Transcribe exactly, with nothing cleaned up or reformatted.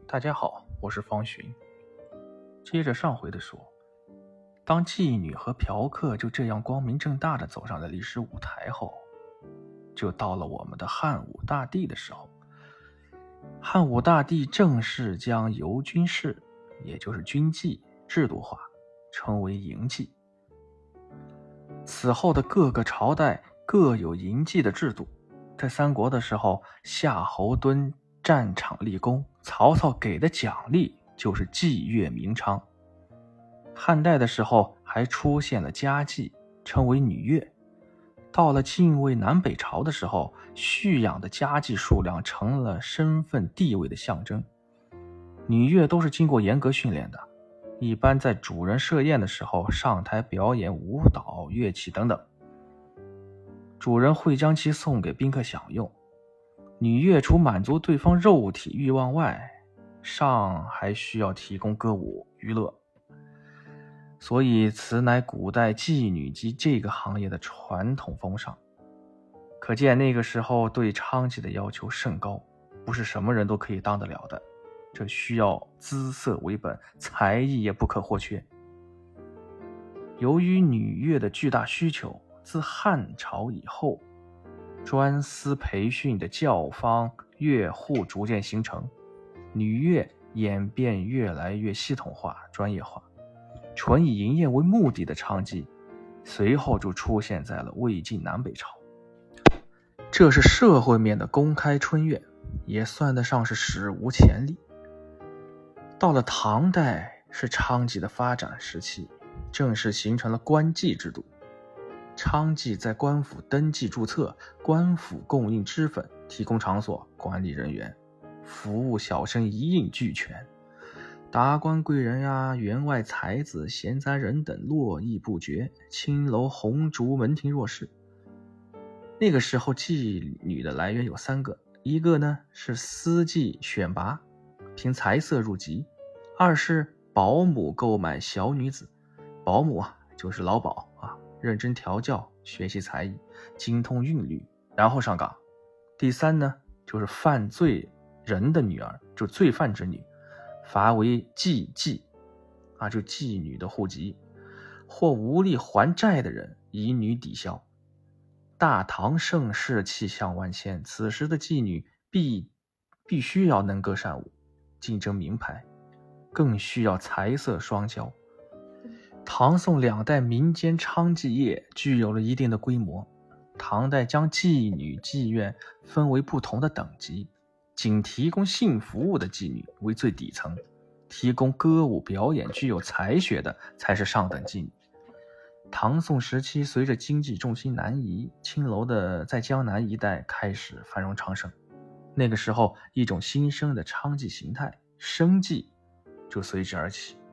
大家好，我是方寻。接着上回的说，当妓女和嫖客就这样光明正大地走上了历史舞台后，就到了我们的汉武大帝的时候。汉武大帝正式将游军事，也就是军纪制度化，称为营纪。此后的各个朝代各有营纪的制度。在三国的时候，夏侯惇战场立功，曹操给的奖励就是祭乐鸣娼。汉代的时候还出现了家妓，称为女乐。到了晋魏南北朝的时候，蓄养的家妓数量成了身份地位的象征。女乐都是经过严格训练的，一般在主人设宴的时候上台表演舞蹈、乐器等等，主人会将其送给宾客享用。女乐除满足对方肉体欲望外，尚还需要提供歌舞娱乐，所以此乃古代妓女及这个行业的传统风尚。可见那个时候对娼妓的要求甚高，不是什么人都可以当得了的，这需要姿色为本，才艺也不可或缺。由于女乐的巨大需求，自汉朝以后，专司培训的教坊、乐户逐渐形成，女乐演变越来越系统化、专业化。纯以营业为目的的娼妓，随后就出现在了魏晋南北朝。这是社会面的公开春乐，也算得上是史无前例。到了唐代，是娼妓的发展时期，正式形成了官妓制度。娼妓在官府登记注册，官府供应脂粉，提供场所、管理人员，服务小生一应俱全。达官贵人呀、员外才子、闲杂人等络绎不绝，青楼红烛门庭若市。那个时候妓女的来源有三个，一个呢是私妓选拔，凭才色入籍；二是保姆购买小女子，保姆啊就是老鸨啊，认真调教，学习才艺，精通韵律，然后上岗。第三呢就是犯罪人的女儿，就罪犯之女，罚为妓妓啊，就妓女的户籍，或无力还债的人以女抵销。大唐盛世气象万千，此时的妓女必必须要能歌善舞，竞争名牌，更需要才色双销。唐宋两代民间娼妓业具有了一定的规模。唐代将妓女妓院分为不同的等级，仅提供性服务的妓女为最底层，提供歌舞表演具有才学的才是上等妓女。唐宋时期，随着经济重心南移，青楼的在江南一带开始繁荣昌盛。那个时候，一种新生的娼妓形态——生妓就随之而起。